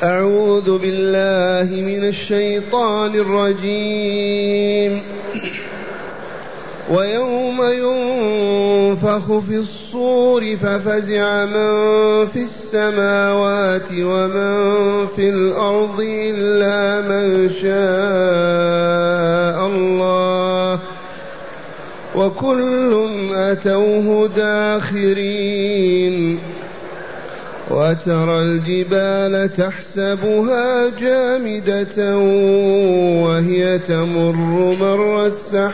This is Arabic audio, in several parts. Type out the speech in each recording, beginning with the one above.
أعوذ بالله من الشيطان الرجيم. ويوم ينفخ في الصور ففزع من في السماوات ومن في الأرض إلا من شاء الله وكل أتوه داخرين. وترى الجبال تحسبها جامدة وهي تمر مر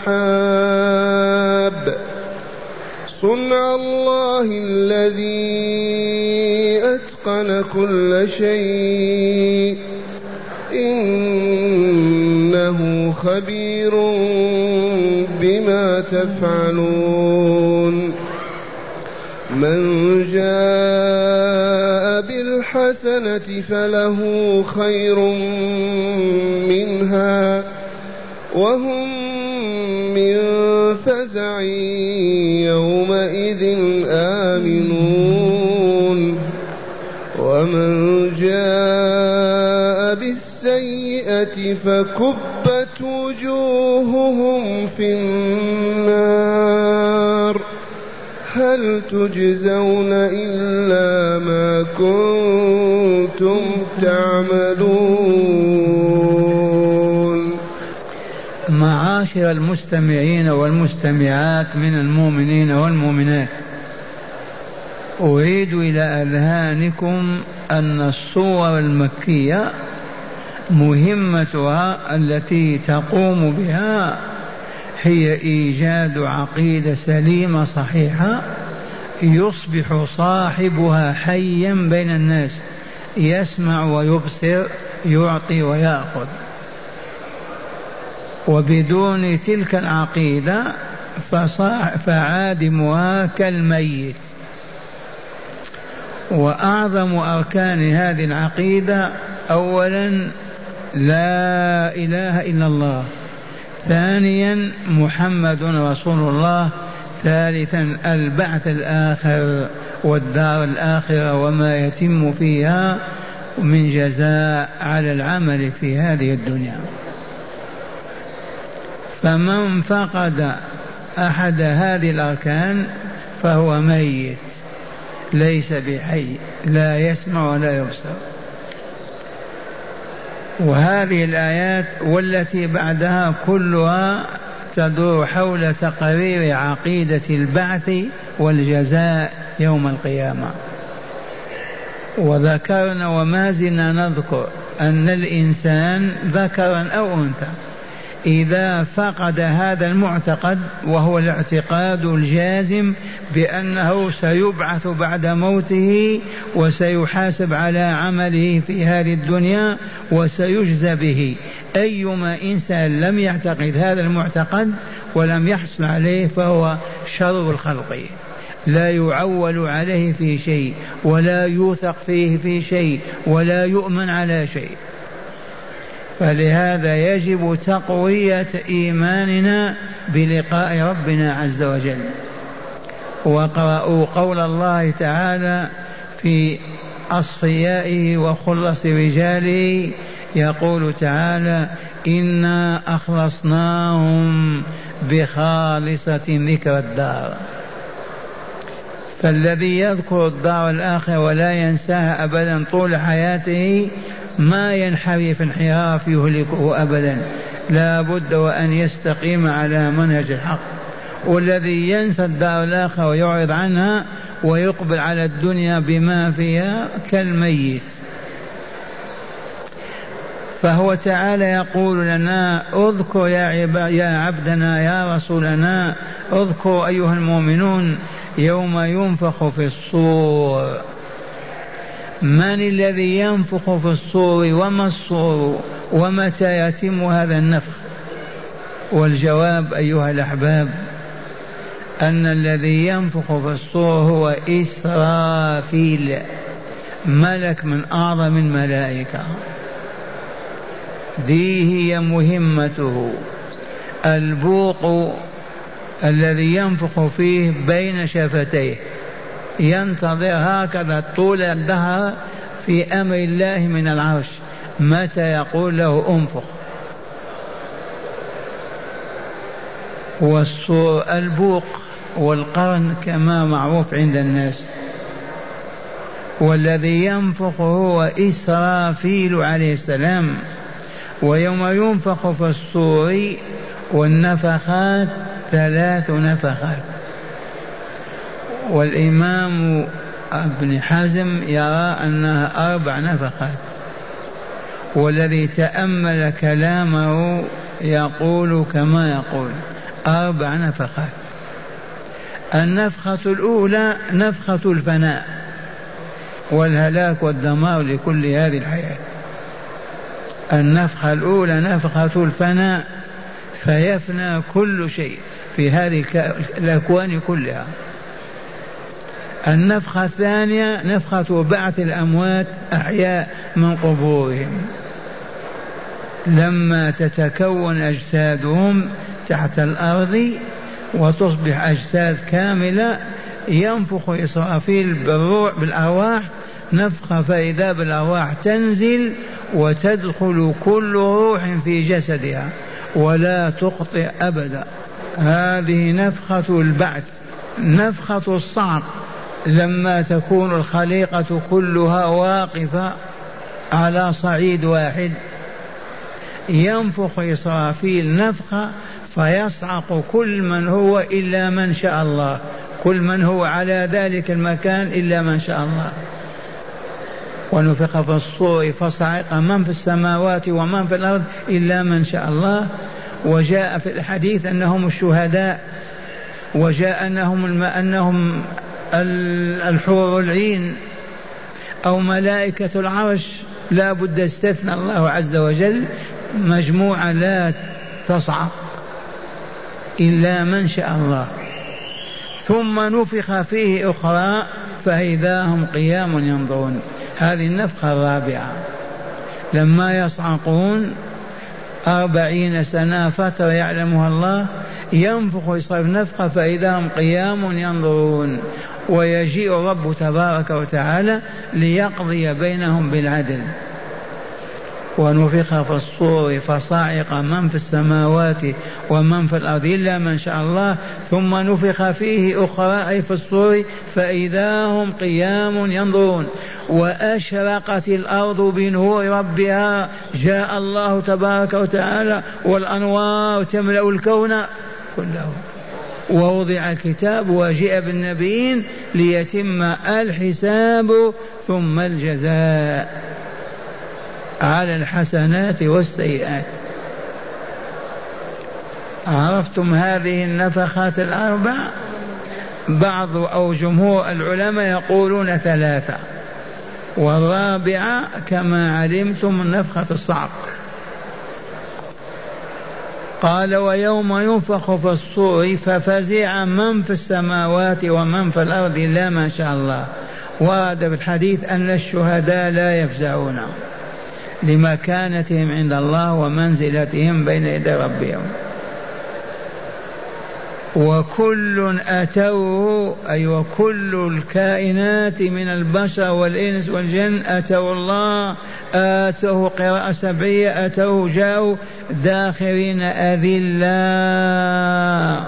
السحاب صنع الله الذي أتقن كل شيء إنه خبير بما تفعلون. من جاء بالحسنة فله خير منها وهم من فزع يومئذ آمنون. ومن جاء بالسيئة فكبت وجوههم في النار هل تجزون إلا ما كنتم تعملون. معاشر المستمعين والمستمعات من المؤمنين والمؤمنات، أريد إلى أذهانكم أن الصور المكية مهمتها التي تقوم بها هي إيجاد عقيدة سليمة صحيحة يصبح صاحبها حيا بين الناس، يسمع ويبصر، يعطي ويأخذ. وبدون تلك العقيدة فعادمها كالميت. وأعظم أركان هذه العقيدة أولا لا إله إلا الله، ثانيا محمد رسول الله، ثالثا البعث الآخر والدار الآخرة وما يتم فيها من جزاء على العمل في هذه الدنيا. فمن فقد أحد هذه الأركان فهو ميت ليس بحي، لا يسمع ولا يبصر. وهذه الآيات والتي بعدها كلها تدور حول تقرير عقيدة البعث والجزاء يوم القيامة. وذكرنا وما زلنا نذكر أن الإنسان ذكرا أو أنثى إذا فقد هذا المعتقد، وهو الاعتقاد الجازم بأنه سيبعث بعد موته وسيحاسب على عمله في هذه الدنيا وسيجزى به، أيما إنسان لم يعتقد هذا المعتقد ولم يحصل عليه فهو شر الخلق، لا يعول عليه في شيء ولا يوثق فيه في شيء ولا يؤمن على شيء. فلهذا يجب تقوية إيماننا بلقاء ربنا عز وجل. وقرأوا قول الله تعالى في أصفيائه وخلص رجاله، يقول تعالى: إنا أخلصناهم بخالصة ذكر الدار. فالذي يذكر الدار الآخرة ولا ينساها أبدا طول حياته ما ينحرف انحراف يهلكه أبدا، لا بد وأن يستقيم على منهج الحق. والذي ينسى الدار الآخرة ويعرض عنها ويقبل على الدنيا بما فيها كالميت. فهو تعالى يقول لنا: اذكر يا عبدنا يا رسولنا، اذكر أيها المؤمنون يوم ينفخ في الصور. من الذي ينفخ في الصور وما الصور ومتى يتم هذا النفخ؟ والجواب أيها الأحباب أن الذي ينفخ في الصور هو إسرافيل، ملك من أعظم الملائكة. دي هي مهمته. البوق الذي ينفخ فيه بين شفتيه، ينتظر هكذا طول الدهر في أمر الله من العرش، متى يقول له انفخ. والصور البوق والقرن كما معروف عند الناس، والذي ينفخ هو إسرافيل عليه السلام. ويوم ينفخ في الصور والنفخات 3 نفخات. والإمام ابن حزم يرى أنها 4 نفخات، والذي تأمل كلامه يقول كما يقول 4 نفخات. النفخة الأولى نفخة الفناء والهلاك والدمار لكل هذه الحياة. النفخة الأولى نفخة الفناء، فيفنى كل شيء في هذه الأكوان كلها. النفخة الثانية نفخة بعث الأموات أحياء من قبورهم، لما تتكون أجسادهم تحت الأرض وتصبح أجساد كاملة، ينفخ إسرافيل بالروح بالأرواح نفخة، فإذا بالأرواح تنزل وتدخل كل روح في جسدها ولا تخطئ أبدا. هذه نفخة البعث. نفخة الصعق لما تكون الخليقة كلها واقفة على صعيد واحد، ينفخ إسرافيل نفخة فيصعق كل من هو إلا من شاء الله، كل من هو على ذلك المكان إلا من شاء الله. ونفخ في الصور فصعق من في السماوات ومن في الأرض إلا من شاء الله. وجاء في الحديث أنهم الشهداء، وجاء أنهم الحور العين أو ملائكة العرش، لا بد استثنى الله عز وجل مجموعة لا تصعق إلا من شاء الله. ثم نفخ فيه أخرى فإذا هم قيام ينظرون. هذه النفخة الرابعة لما يصعقون 40 سنة فترة يعلمها الله، ينفخ إسرافيل نفخة فإذا هم قيام ينظرون، ويجيء الرب تبارك وتعالى ليقضي بينهم بالعدل. ونفخ في الصور فصعق من في السماوات ومن في الأرض إلا من شاء الله. ثم نفخ فيه أخرى أي في الصور فإذا هم قيام ينظرون. وأشرقت الأرض بنور ربها، جاء الله تبارك وتعالى والأنوار تملأ الكون كله. ووضع الكتاب وجيء بالنبيين ليتم الحساب ثم الجزاء على الحسنات والسيئات. عرفتم هذه النفخات ال4؟ بعض أو جمهور العلماء يقولون 3، والرابعة كما علمتم نفخة الصعق. قال ويوم ينفخ في الصور ففزع من في السماوات ومن في الأرض إلا ما شاء الله. ورد في الحديث أن الشهداء لا يفزعون لمكانتهم عند الله ومنزلتهم بين يدي ربهم. وكل أتوه أي وكل الكائنات من البشر والإنس والجن أتوا الله، آتوه قراءة سبعية أتوه جاءوا داخرين أذلا.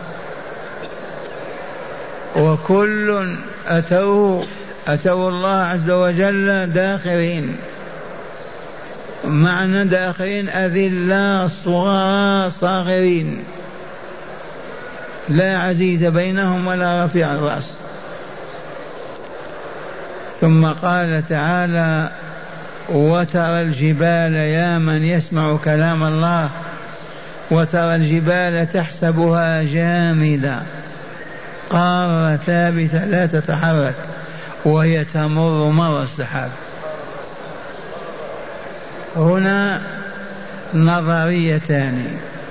وكل أتوا الله عز وجل داخرين. معنى داخرين أذلا صغار صاغرين، لا عزيز بينهم ولا رفيع الرأس. ثم قال تعالى وترى الجبال يا من يسمع كلام الله، وترى الجبال تحسبها جامدة قارة ثابتة لا تتحرك وهي تمر مر السحاب. هنا نظريتان،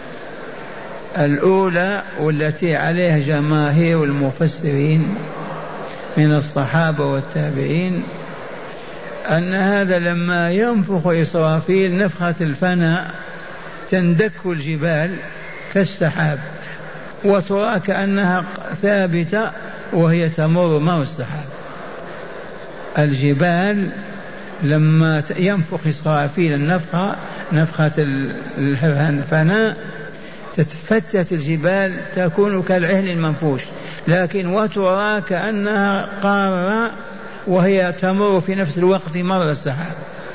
الأولى والتي عليها جماهير المفسرين من الصحابة والتابعين، أن هذا لما ينفخ إسرافيل نفخة الفناء تندك الجبال كالسحاب وترى كأنها ثابتة وهي تمر مر السحاب. الجبال لما ينفخ إسرافيل النفخة، نفخة الفناء، تتفتت الجبال تكون كالعهن المنفوش، لكن وترى كأنها قارة وهي تمر في نفس الوقت مر السحاب.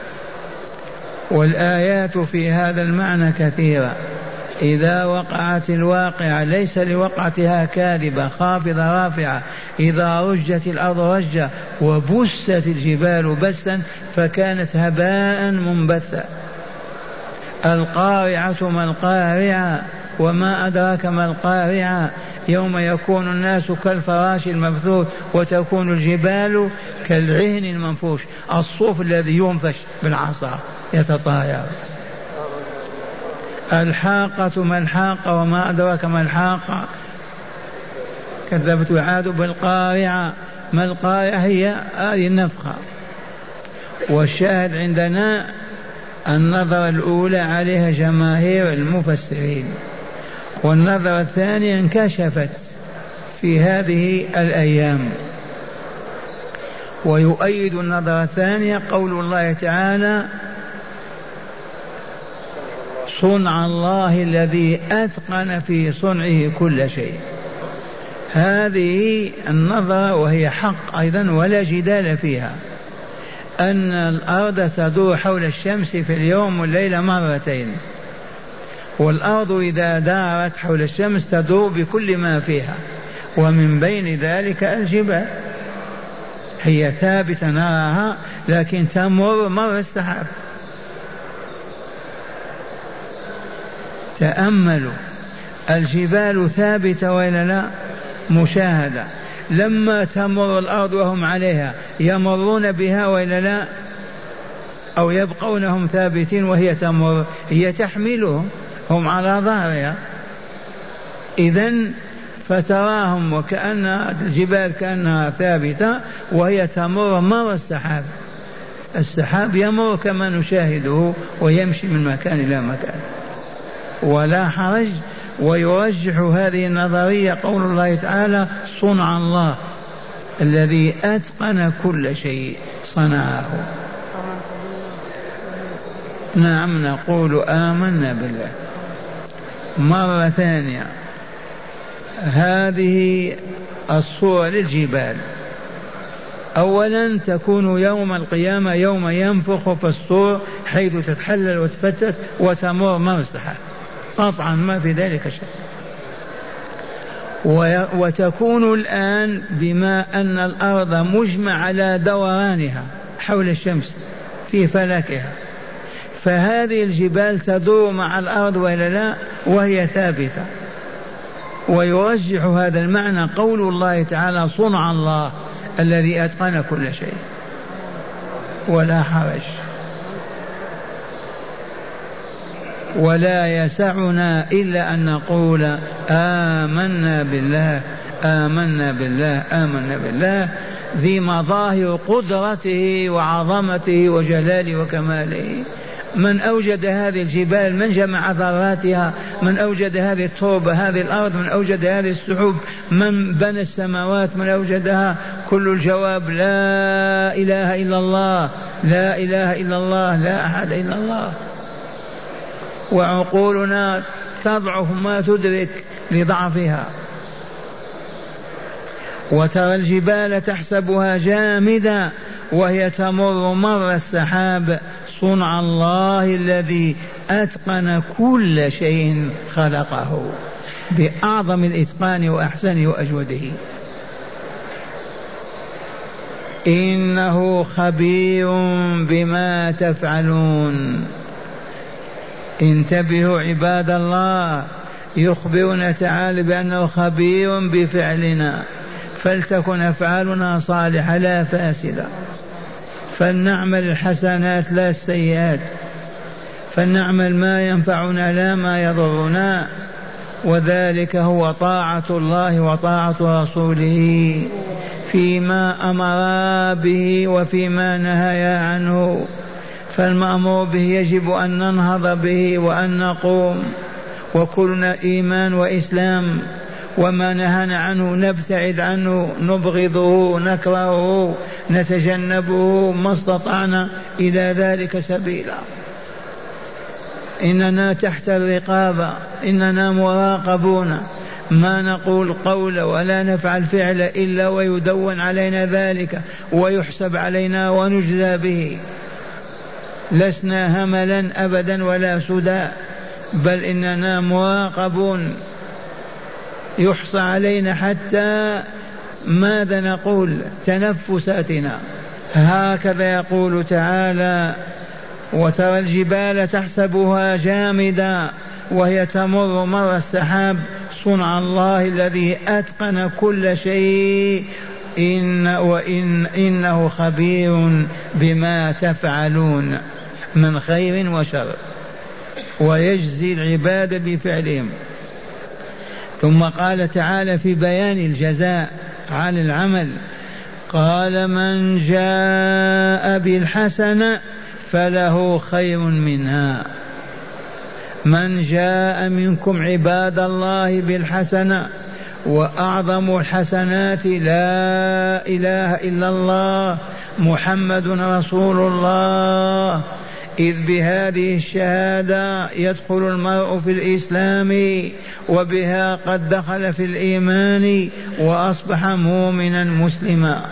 والآيات في هذا المعنى كثيرة. إذا وقعت الواقعة ليس لوقعتها كاذبة خافضة رافعة، إذا رجت الأرض رجة وبست الجبال بسا فكانت هباء منبثا. القارعة ما القارعة وما أدراك ما القارعة، يوم يكون الناس كالفراش المبثوث وتكون الجبال كالعهن المنفوش، الصوف الذي ينفش بالعصا يتطاير. الحاقة ما الحاقة وما أدراك ما الحاقة، كذبت عاد بالقارعة، ما القارعة؟ هي هذه النفخة. والشاهد عندنا النظرة الأولى عليها جماهير المفسرين، والنظرة الثانية انكشفت في هذه الأيام. ويؤيد النظرة الثانية قول الله تعالى: صنع الله الذي أتقن في صنعه كل شيء. هذه النظرة وهي حق أيضا ولا جدال فيها، أن الأرض تدور حول الشمس في اليوم والليلة مرتين، والأرض إذا دارت حول الشمس تدور بكل ما فيها، ومن بين ذلك الجبال هي ثابتة نراها لكن تمر مر السحاب. تأملوا، الجبال ثابتة وإلا لا؟ مشاهدة. لما تمر الأرض وهم عليها يمرون بها وإلا لا؟ أو يبقون هم ثابتين وهي تمر؟ هي تحملهم، هم على ظهرها. إذن فتراهم وكأن الجبال كأنها ثابتة وهي تمر مر السحاب. السحاب يمر كما نشاهده ويمشي من مكان إلى مكان ولا حرج. ويرجح هذه النظرية قول الله تعالى: صنع الله الذي أتقن كل شيء صنعه. نعم، نقول آمنا بالله. مرة ثانية، هذه الصورة للجبال. أولا تكون يوم القيامة يوم ينفخ في الصور حيث تتحلل وتفتت وتمر مر السحاب، قطعا ما في ذلك شيء. وتكون الآن بما أن الأرض مجمع على دورانها حول الشمس في فلكها، فهذه الجبال تدور مع الأرض وإلا لا؟ وهي ثابتة. ويرجح هذا المعنى قول الله تعالى: صنع الله الذي أتقن كل شيء. ولا حرج. ولا يسعنا إلا أن نقول آمنا بالله آمنا بالله آمنا بالله، ذي مظاهر قدرته وعظمته وجلاله وكماله. من أوجد هذه الجبال؟ من جمع ذراتها؟ من أوجد هذه التربة هذه الأرض؟ من أوجد هذه السحب؟ من بنى السماوات؟ من أوجدها؟ كل الجواب لا إله إلا الله، لا إله إلا الله، لا أحد إلا الله. وعقولنا تضعف ما تدرك لضعفها. وترى الجبال تحسبها جامدة وهي تمر مر السحاب، صنع الله الذي أتقن كل شيء خلقه بأعظم الإتقان وأحسنه وأجوده. إنه خبير بما تفعلون. انتبهوا عباد الله، يخبرنا تعالى بأنه خبير بفعلنا، فلتكن أفعالنا صالحة لا فاسدة، فلنعمل الحسنات لا السيئات، فلنعمل ما ينفعنا لا ما يضرنا، وذلك هو طاعة الله وطاعة رسوله فيما أمر به وفيما نهى عنه. فالمأمور به يجب أن ننهض به وأن نقوم، وكلنا إيمان وإسلام، وما نهانا عنه نبتعد عنه، نبغضه، نكرهه، نتجنبه ما استطعنا إلى ذلك سبيلا. إننا تحت الرقابة، إننا مراقبون، ما نقول قول ولا نفعل فعل إلا ويدون علينا ذلك ويحسب علينا ونجزى به. لسنا هملا أبدا ولا سدى، بل إننا مراقبون، يحصى علينا حتى ماذا نقول تنفساتنا. هكذا يقول تعالى: وترى الجبال تحسبها جامدا وهي تمر مر السحاب صنع الله الذي أتقن كل شيء إنه خبير بما تفعلون من خير وشر، ويجزي العباد بفعلهم. ثم قال تعالى في بيان الجزاء على العمل: قال من جاء بالحسنة فله خير منها. من جاء منكم عباد الله بالحسنة، وأعظم الحسنات لا إله إلا الله محمد رسول الله، إذ بهذه الشهادة يدخل المرء في الإسلام، وبها قد دخل في الإيمان وأصبح مؤمنا مسلما.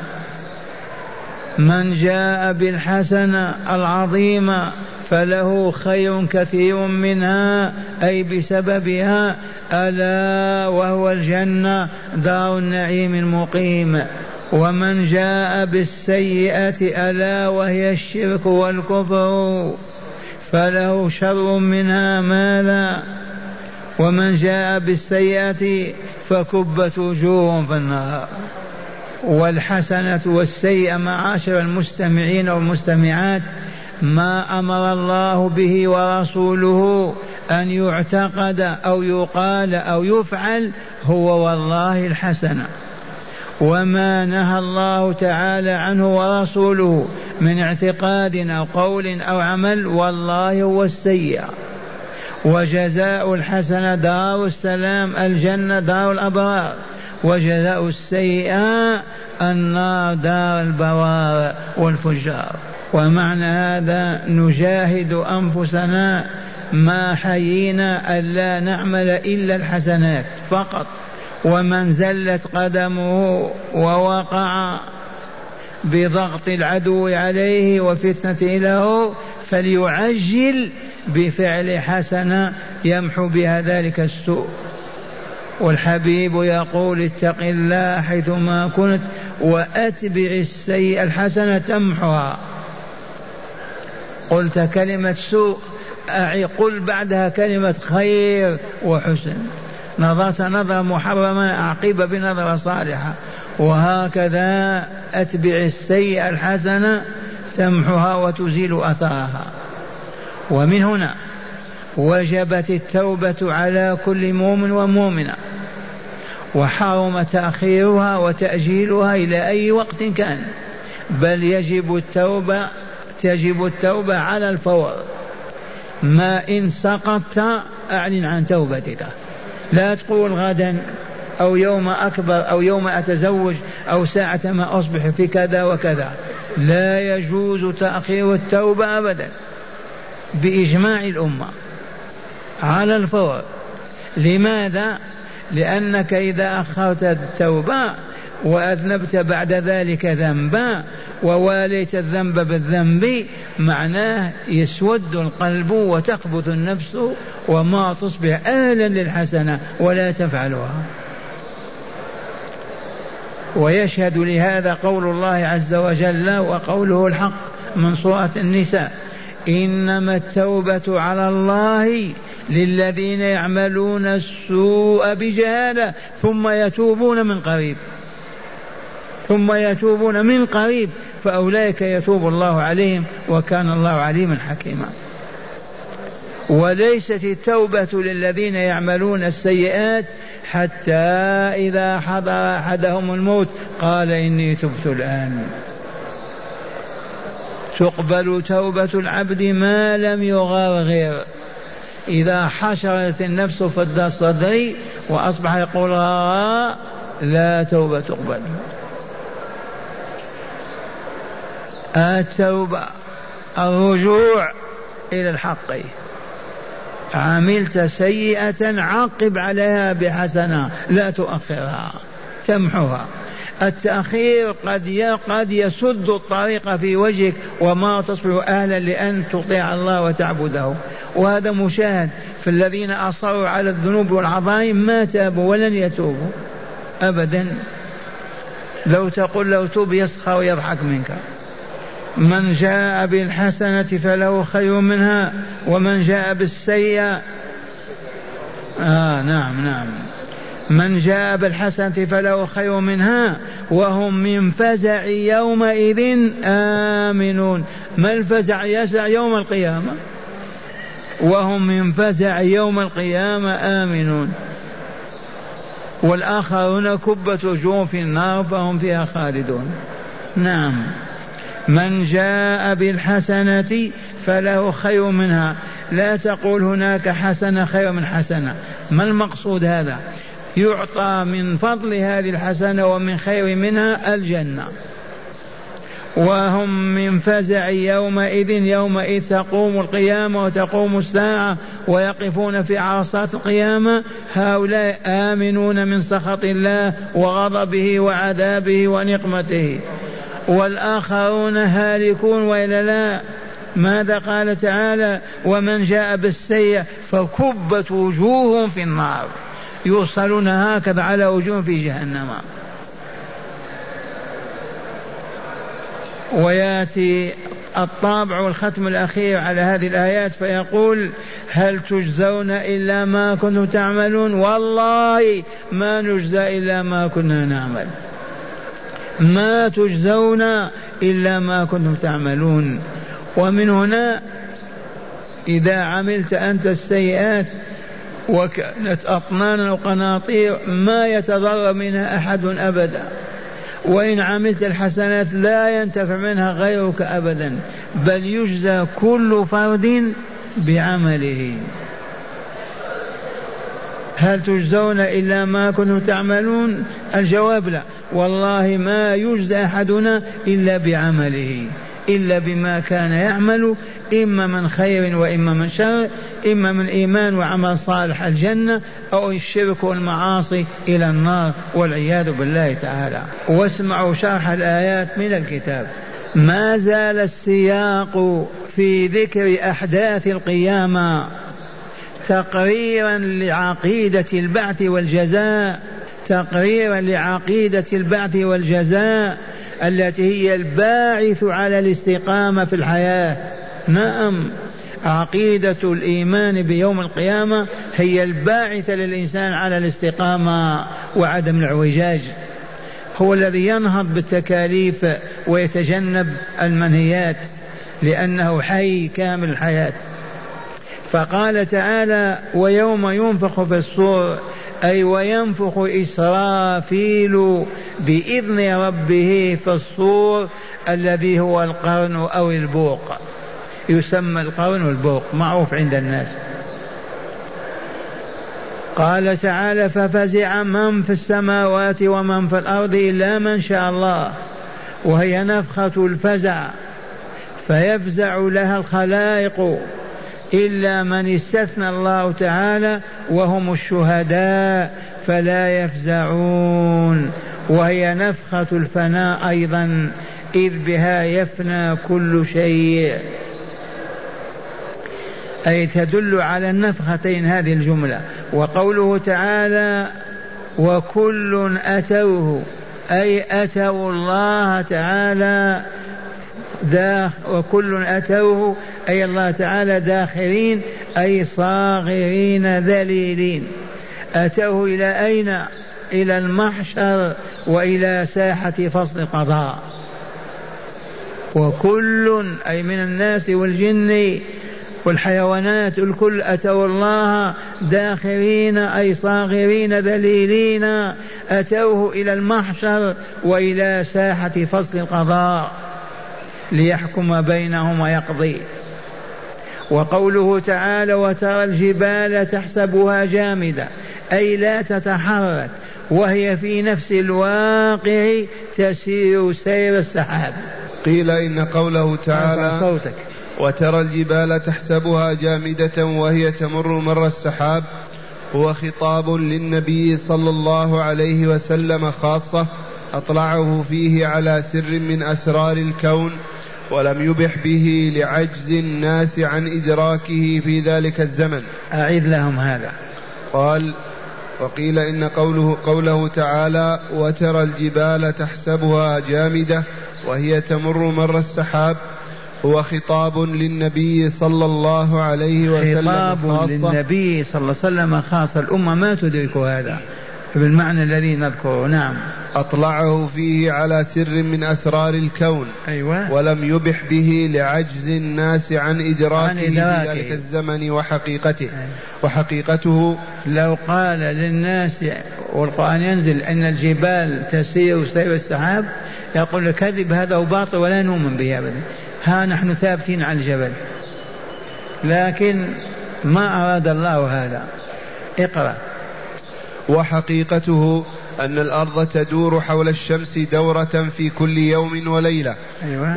من جاء بالحسنة العظيمة فله خير كثير منها، أي بسببها، ألا وهو الجنة دار النعيم المقيم. ومن جاء بالسيئة ألا وهي الشرك والكفر فله شر منها، ماذا؟ ومن جاء بالسيئة فكبت وجوههم في النار. والحسنة والسيئة معاشر المستمعين والمستمعات ما أمر الله به ورسوله أن يعتقد أو يقال أو يفعل هو والله الحسنة، وما نهى الله تعالى عنه ورسوله من اعتقاد أو قول أو عمل والله هو السيئة. وجزاء الحسنة دار السلام الجنة دار الأبرار، وجزاء السيئة النار دار البوار والفجار. ومعنى هذا نجاهد أنفسنا ما حيينا ألا نعمل إلا الحسنات فقط. ومن زلت قدمه ووقع بضغط العدو عليه وفتنة له فليعجل بفعل حسنة يمحو بها ذلك السوء. والحبيب يقول: اتق الله حيثما كنت وأتبع السيئة الحسنة تمحها. قلت كلمة سوء قل بعدها كلمة خير وحسن. نظرت نظرة محرمة أعقب بنظرة صالحة. وهكذا أتبع السيئة الحسنة تمحها وتزيل أثرها. ومن هنا وجبت التوبة على كل مؤمن ومؤمنة، وحرم تأخيرها وتأجيلها إلى أي وقت كان، بل تجب التوبة على الفور. ما إن سقطت أعلن عن توبتك، لا تقول غدا أو يوم أكبر أو يوم أتزوج أو ساعة ما أصبح في كذا وكذا. لا يجوز تأخير التوبة أبدا بإجماع الأمة على الفور. لماذا؟ لأنك إذا أخرت التوبة وأذنبت بعد ذلك ذنبا وواليت الذنب بالذنب معناه يسود القلب وتخبث النفس وما تصبح أهلا للحسنة ولا تفعلها. ويشهد لهذا قول الله عز وجل وقوله الحق من سورة النساء: إنما التوبة على الله للذين يعملون السوء بجهالة ثم يتوبون من قريب فأولئك يتوب الله عليهم وكان الله عليما حكيما. وليست التوبة للذين يعملون السيئات حتى إذا حضر أحدهم الموت قال إني تبت الآن. تقبل توبة العبد ما لم يغرغر. إذا حشرت النفس في الصدر وأصبح يقول لا توبة تقبل. التوبة الرجوع إلى الحق. عملت سيئة عقب عليها بحسنة، لا تؤخرها تمحوها. التأخير قد يسد الطريق في وجهك وما تصبح أهلا لأن تطيع الله وتعبده، وهذا مشاهد. فالذين أصروا على الذنوب والعظائم ما تابوا ولن يتوبوا أبدا. لو تقول لو توب يسخر ويضحك منك. من جاء بالحسنة فله خير منها ومن جاء بالسيئة نعم من جاء بالحسنة فله خير منها وهم من فزع يومئذ آمنون. ما الفزع؟ يسع يوم القيامة، وهم من فزع يوم القيامة آمنون. والآخرون كبت وجوههم في النار فهم فيها خالدون. نعم. من جاء بالحسنة فله خير منها. لا تقول هناك حسنة خير من حسنة. ما المقصود هذا؟ يعطى من فضل هذه الحسنة ومن خير منها الجنة. وهم من فزع يومئذ تقوم القيامة وتقوم الساعة ويقفون في عرصات القيامة. هؤلاء آمنون من سخط الله وغضبه وعذابه ونقمته، والآخرون هالكون وإلا لا. ماذا قال تعالى؟ ومن جاء بالسيئة فكبت وجوههم في النار، يوصلون هكذا على وجوههم في جهنم. وياتي الطابع والختم الأخير على هذه الآيات فيقول هل تجزون إلا ما كنتم تعملون؟ والله ما نجزى إلا ما كنا نعمل. ما تجزون إلا ما كنتم تعملون. ومن هنا إذا عملت أنت السيئات وكانت أطنانا وقناطير ما يتضرر منها أحد أبدا، وإن عملت الحسنات لا ينتفع منها غيرك أبدا، بل يجزى كل فرد بعمله. هل تجزون إلا ما كنتم تعملون؟ الجواب لا، والله ما يجزى أحدنا إلا بعمله، إلا بما كان يعمل، إما من خير وإما من شر، إما من إيمان وعمل صالح الجنة، أو الشرك والمعاصي إلى النار والعياذ بالله تعالى. واسمعوا شرح الآيات من الكتاب. ما زال السياق في ذكر أحداث القيامة تقريرا لعقيدة البعث والجزاء، تقريرا لعقيدة البعث والجزاء التي هي الباعث على الاستقامة في الحياة. نعم، عقيدة الإيمان بيوم القيامة هي الباعثة للإنسان على الاستقامة وعدم الاعوجاج. هو الذي ينهض بالتكاليف ويتجنب المنهيات لأنه حي كامل الحياة. فقال تعالى ويوم ينفخ في الصور، أي وينفخ إسرافيل بإذن ربه في الصور الذي هو القرن أو البوق، يسمى القرن والبوق معروف عند الناس. قال تعالى ففزع من في السماوات ومن في الأرض إلا من شاء الله، وهي نفخة الفزع، فيفزع لها الخلائق إلا من استثنى الله تعالى وهم الشهداء فلا يفزعون، وهي نفخة الفناء أيضا إذ بها يفنى كل شيء، أي تدل على النفختين هذه الجملة. وقوله تعالى وكل أتوه، أي أتوا الله تعالى وكل أتوه أي الله تعالى داخرين، أي صاغرين ذليلين. أتوه إلى أين؟ إلى المحشر وإلى ساحة فصل القضاء. وكل أي من الناس والجن والحيوانات الكل أتوا الله داخرين أي صاغرين ذليلين، أتوه إلى المحشر وإلى ساحة فصل القضاء ليحكم بينهم ويقضي. وقوله تعالى وترى الجبال تحسبها جامدة، أي لا تتحرك، وهي في نفس الواقع تسير سير السحاب. قيل إن قوله تعالى وترى الجبال تحسبها جامدة وهي تمر مر السحاب هو خطاب للنبي صلى الله عليه وسلم خاصة أطلعه فيه على سر من أسرار الكون ولم يبح به لعجز الناس عن إدراكه في ذلك الزمن. أعيد لهم هذا. قال وقيل إن قوله تعالى وترى الجبال تحسبها جامدة وهي تمر مر السحاب هو خطاب للنبي صلى الله عليه وسلم خطاب للنبي صلى الله عليه وسلم خاصة، الأمة ما تدرك هذا بالمعنى الذي نذكره. نعم. أطلعه فيه على سر من أسرار الكون. أيوة. ولم يبح به لعجز الناس عن إدراكه في ذلك الزمن وحقيقته. أيوة. وحقيقته لو قال للناس والقرآن ينزل أن الجبال تسير سير السحاب يقول كذب هذا وباطل ولا نؤمن به أبدا، ها نحن ثابتين على الجبل، لكن ما أراد الله هذا. اقرأ. وحقيقته أن الأرض تدور حول الشمس دورة في كل يوم وليلة. أيوة.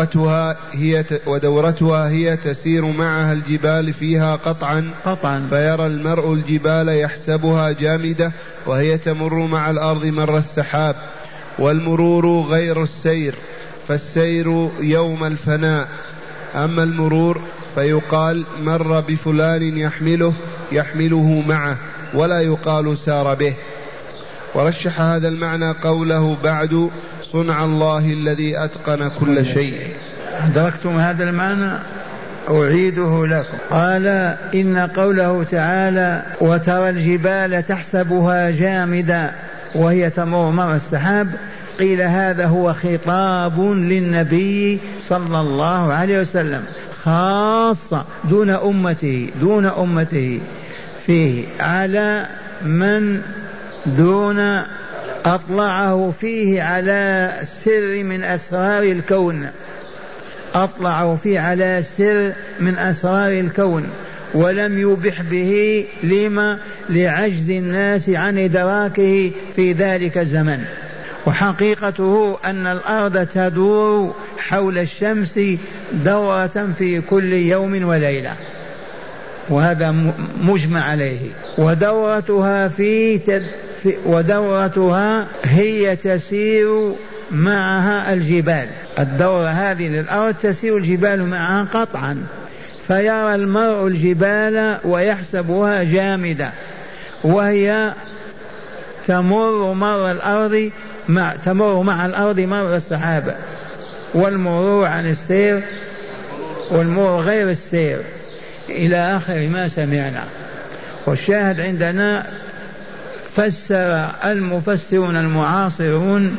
ودورتها هي تسير معها الجبال فيها قطعا فيرى المرء الجبال يحسبها جامدة وهي تمر مع الأرض مر السحاب. والمرور غير السير، فالسير يوم الفناء، أما المرور فيقال مر بفلان يحمله معه ولا يقال سار به. ورشح هذا المعنى قوله بعد صنع الله الذي أتقن كل شيء. أدركتم هذا المعنى؟ أعيده لكم. قال إن قوله تعالى وترى الجبال تحسبها جامدة وهي تمر مر السحاب، قيل هذا هو خطاب للنبي صلى الله عليه وسلم خاصة دون أمته فيه، على من دون أطلعه فيه على سر من أسرار الكون، أطلعه فيه على سر من أسرار الكون ولم يبح به لعجز الناس عن إدراكه في ذلك الزمن. وحقيقته أن الأرض تدور حول الشمس دورة في كل يوم وليلة، وهذا مجمع عليه. ودورتها هي تسير معها الجبال، الدورة هذه للأرض تسير الجبال معها قطعا، فيرى المرء الجبال ويحسبها جامدة وهي تمر مع الأرض مر السحابة، والمرور عن السير والمرور غير السير إلى آخر ما سمعنا. والشاهد عندنا فسر المفسرون المعاصرون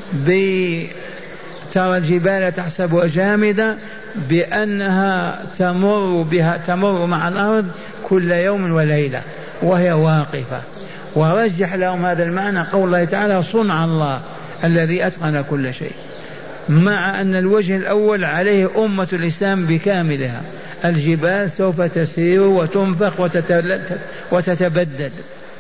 ترى الجبال تحسبها جامدة بأنها تمر مع الأرض كل يوم وليلة وهي واقفة. ورجح لهم هذا المعنى قول الله تعالى صنع الله الذي أتقن كل شيء، مع أن الوجه الأول عليه أمة الإسلام بكاملها، الجبال سوف تسير وتنفخ وتتبدد.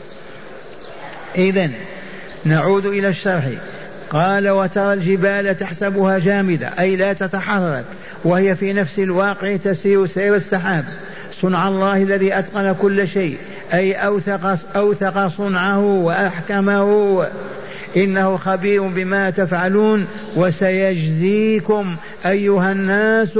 إذن نعود إلى الشرح. قال وترى الجبال تحسبها جامدة أي لا تتحرك وهي في نفس الواقع تسير سير السحاب، صنع الله الذي أتقن كل شيء أي أوثق صنعه وأحكمه، إنه خبير بما تفعلون وسيجزيكم أيها الناس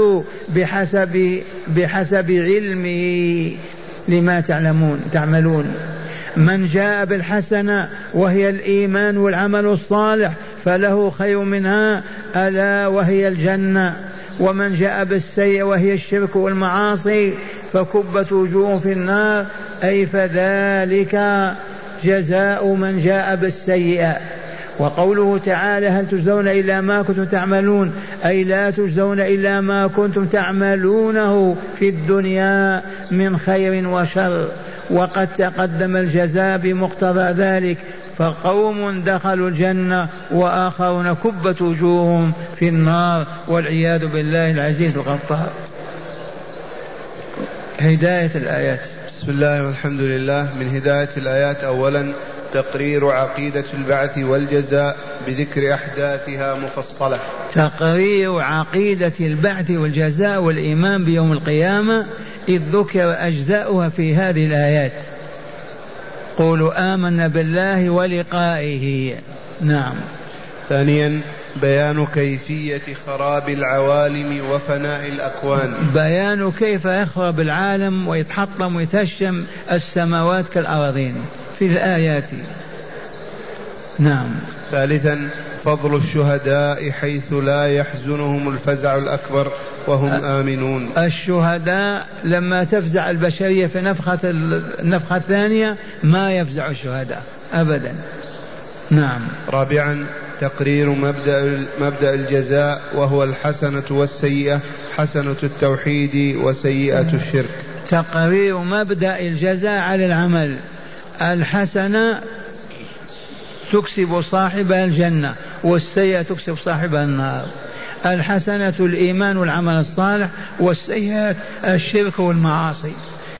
بحسب علمه لما تعملون. من جاء بالحسنة وهي الإيمان والعمل الصالح فله خير منها ألا وهي الجنة، ومن جاء بالسيئة وهي الشرك والمعاصي فكبت وجوه في النار، أي فذلك جزاء من جاء بالسيئة. وقوله تعالى هل تجزون إلا ما كنتم تعملون أي لا تجزون إلا ما كنتم تعملونه في الدنيا من خير وشر، وقد تقدم الجزاء بمقتضى ذلك، فقوم دخلوا الجنة وآخرون كبت وجوههم في النار والعياذ بالله العزيز الغفار. هداية الآيات. بسم الله والحمد لله. من هداية الآيات أولا تقرير عقيدة البعث والجزاء بذكر أحداثها مفصلة. تقرير عقيدة البعث والجزاء والإيمان بيوم القيامة إذ ذكر أجزاؤها في هذه الآيات. قولوا آمنا بالله ولقائه. نعم. ثانيا بيان كيفية خراب العوالم وفناء الأكوان. بيان كيف يخرب العالم ويتحطم ويتهشم السماوات كالأراضين في الآيات. نعم. ثالثا فضل الشهداء حيث لا يحزنهم الفزع الأكبر وهم آمنون. الشهداء لما تفزع البشرية في النفخة الثانية ما يفزع الشهداء أبدا. نعم. رابعا تقرير مبدأ الجزاء وهو الحسنة والسيئة، حسنة التوحيد وسيئة الشرك. تقرير مبدأ الجزاء على العمل. الحسنة تكسب صاحبها الجنة والسيئة تكسب صاحبها النار. الحسنة الإيمان والعمل الصالح، والسيئات الشرك والمعاصي.